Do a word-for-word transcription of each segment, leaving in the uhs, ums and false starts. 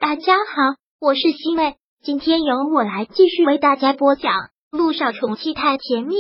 大家好，我是西妹，今天由我来继续为大家播讲《陆少宠妻太甜蜜》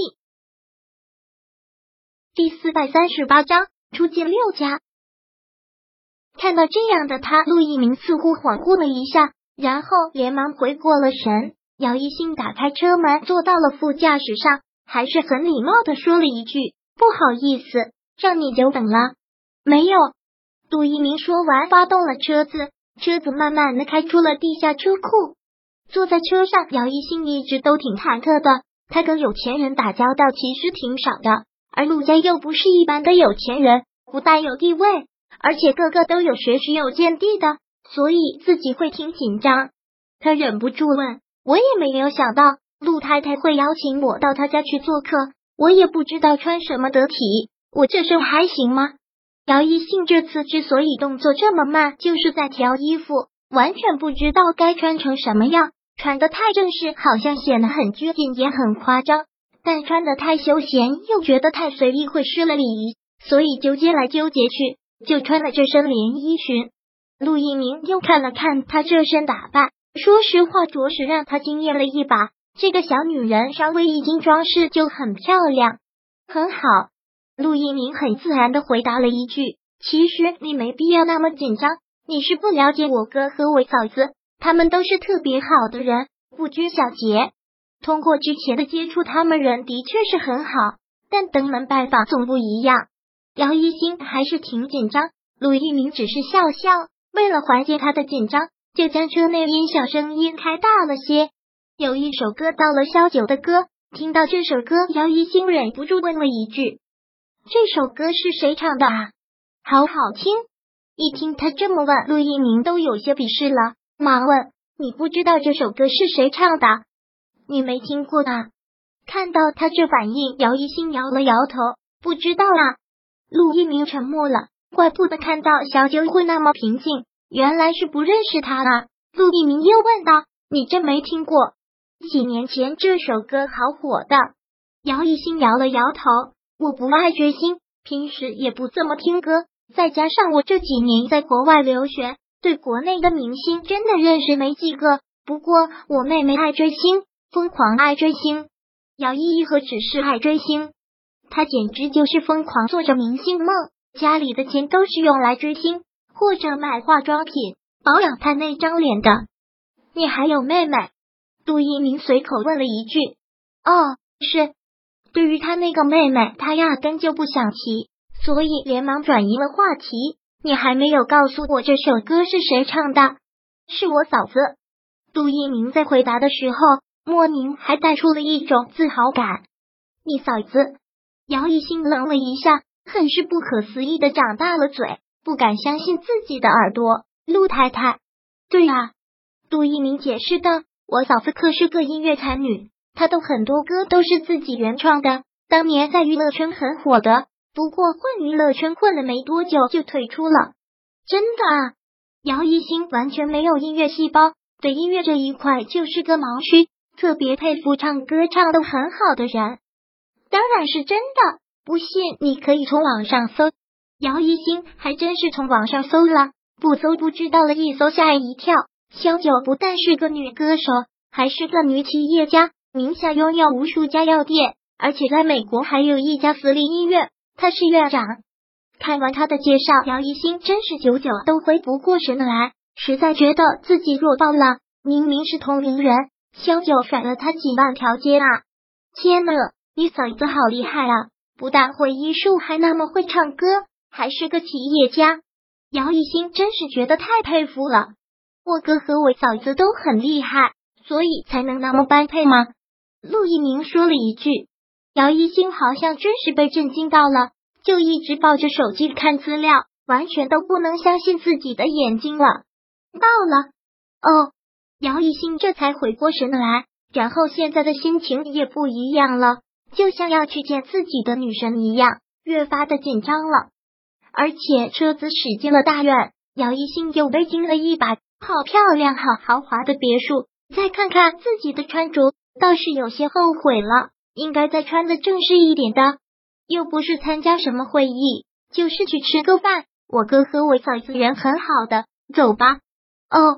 第四百三十八章初见六家。看到这样的他，陆一鸣似乎恍惚了一下，然后连忙回过了神。姚一兴打开车门，坐到了副驾驶上，还是很礼貌的说了一句：“不好意思，让你久等了。”没有。陆一鸣说完，发动了车子。车子慢慢的开出了地下车库，坐在车上，姚一兴一直都挺忐忑的。他跟有钱人打交道其实挺少的，而陆家又不是一般的有钱人，不但有地位，而且个个都有学识有见地的，所以自己会挺紧张。他忍不住问：“我也没有想到陆太太会邀请我到她家去做客，我也不知道穿什么得体，我这身还行吗？”姚一兴这次之所以动作这么慢，就是在挑衣服，完全不知道该穿成什么样，穿得太正式好像显得很拘谨也很夸张，但穿得太休闲又觉得太随意会失了礼仪，所以纠结来纠结去，就穿了这身连衣裙。陆一鸣又看了看她这身打扮，说实话着实让他惊艳了一把，这个小女人稍微一经装饰就很漂亮。很好。陆一鸣很自然的回答了一句：“其实你没必要那么紧张，你是不了解我哥和我嫂子，他们都是特别好的人，不拘小节。通过之前的接触，他们人的确是很好，但登门拜访总不一样。”姚一兴还是挺紧张，陆一鸣只是笑笑，为了缓解他的紧张，就将车内音响声音开大了些。有一首歌到了萧九的歌，听到这首歌，姚一兴忍不住问了一句：“这首歌是谁唱的啊？好好听。”一听他这么问，陆一鸣都有些鄙视了，忙问：“你不知道这首歌是谁唱的？你没听过啊？”看到他这反应，姚一兴摇了摇头：“不知道啊。”陆一鸣沉默了，怪不得看到小九会那么平静，原来是不认识他啊。陆一鸣又问道：“你真没听过？几年前这首歌好火的。”姚一兴摇了摇头：“我不爱追星，平时也不怎么听歌，再加上我这几年在国外留学，对国内的明星真的认识没几个。不过我妹妹爱追星，疯狂爱追星。姚依依何止是爱追星，她简直就是疯狂做着明星梦，家里的钱都是用来追星或者买化妆品保养她那张脸的。你还有妹妹？”陆一鸣随口问了一句。“哦，是。”对于他那个妹妹，他压根就不想提，所以连忙转移了话题。“你还没有告诉我这首歌是谁唱的？”“是我嫂子。”陆一鸣在回答的时候，莫名还带出了一种自豪感。“你嫂子？”姚一兴愣了一下，很是不可思议的张大了嘴，不敢相信自己的耳朵。“陆太太。”“对啊。”陆一鸣解释道，“我嫂子可是个音乐才女。他的很多歌都是自己原创的，当年在娱乐圈很火的，不过混娱乐圈混了没多久就退出了。”“真的啊？”姚一兴完全没有音乐细胞，对音乐这一块就是个盲区，特别佩服唱歌唱得很好的人。“当然是真的，不信你可以从网上搜。”姚一兴还真是从网上搜了，不搜不知道了，一搜吓一跳。萧九不但是个女歌手，还是个女企业家，名下拥有无数家药店，而且在美国还有一家私立医院，他是院长。看完他的介绍，姚一兴真是久久都回不过神来，实在觉得自己弱爆了。明明是同龄人，萧九甩了他几万条街啊！天呐，你嫂子好厉害啊，不但会医术，还那么会唱歌，还是个企业家。姚一兴真是觉得太佩服了。我哥和我嫂子都很厉害，所以才能那么般配吗？陆一鸣说了一句。姚一兴好像真是被震惊到了，就一直抱着手机看资料，完全都不能相信自己的眼睛了。到了。哦，姚一兴这才回过神来，然后现在的心情也不一样了，就像要去见自己的女神一样，越发的紧张了。而且车子驶进了大院，姚一兴又被惊了一把，好漂亮好豪华的别墅，再看看自己的穿着，倒是有些后悔了，应该再穿的正式一点的，又不是参加什么会议，就是去吃个饭，我哥和我嫂子人很好的，走吧。哦，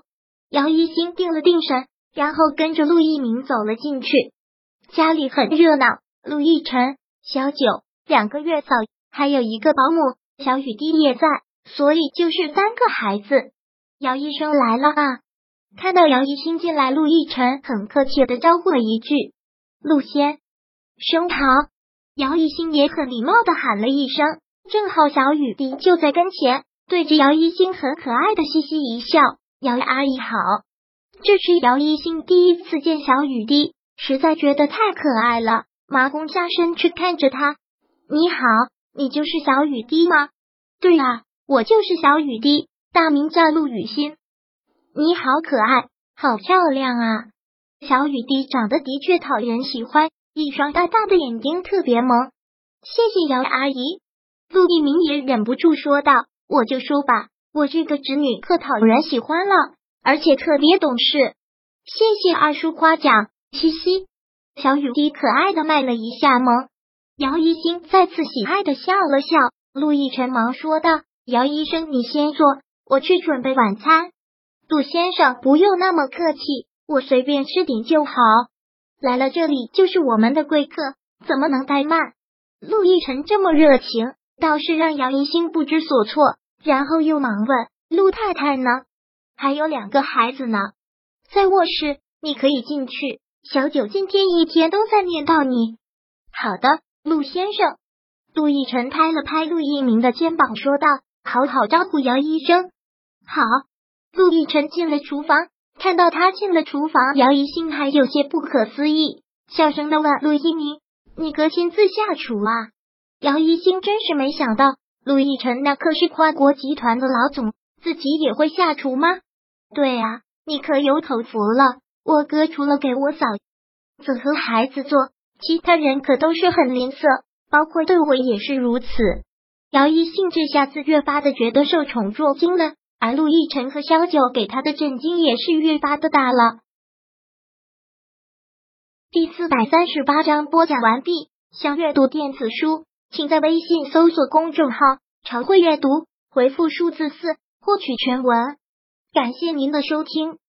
姚一星定了定神，然后跟着陆一鸣走了进去。家里很热闹，陆亦辰、小九、两个月嫂，还有一个保姆小雨滴也在，所以就是三个孩子。姚医生来了啊！看到姚一星进来，陆亦辰很客气的招呼了一句：“陆先生好。”姚一星也很礼貌的喊了一声，正好小雨滴就在跟前，对着姚一星很可爱的嘻嘻一笑：“姚阿姨好。”这是姚一星第一次见小雨滴，实在觉得太可爱了，麻弓下身去看着她：“你好，你就是小雨滴吗？”“对啊，我就是小雨滴，大名叫陆雨欣。”“你好可爱，好漂亮啊！”小雨滴长得的确讨人喜欢，一双大大的眼睛特别萌。“谢谢姚阿姨。”陆一鸣也忍不住说道：“我就说吧，我这个侄女可讨人喜欢了，而且特别懂事。”“谢谢二叔夸奖。”嘻嘻。小雨滴可爱的卖了一下萌。姚一星再次喜爱的笑了笑。陆亦辰忙说道：“姚医生你先坐，我去准备晚餐。”“陆先生不用那么客气，我随便吃点就好。来了这里就是我们的贵客，怎么能怠慢？”陆亦辰这么热情，倒是让姚一星不知所措，然后又忙问：“陆太太呢？还有两个孩子呢？”“在卧室，你可以进去。小九今天一天都在念叨你。”“好的，陆先生。”陆亦辰拍了拍陆一鸣的肩膀说道：“好好照顾姚医生。”“好。”陆亦辰进了厨房，看到他进了厨房，姚一星还有些不可思议，小声的问陆一鸣：“你哥亲自下厨啊？”姚一星真是没想到，陆亦辰那可是跨国集团的老总，自己也会下厨吗？“对啊，你可有口福了，我哥除了给我嫂子和孩子做，其他人可都是很吝啬，包括对我也是如此。”姚一星这下子越发的觉得受宠若惊了，而陆亦辰和小九给他的震惊也是越发的大了。第四百三十八章播讲完毕。想阅读电子书，请在微信搜索公众号常会阅读，回复数字四获取全文。感谢您的收听。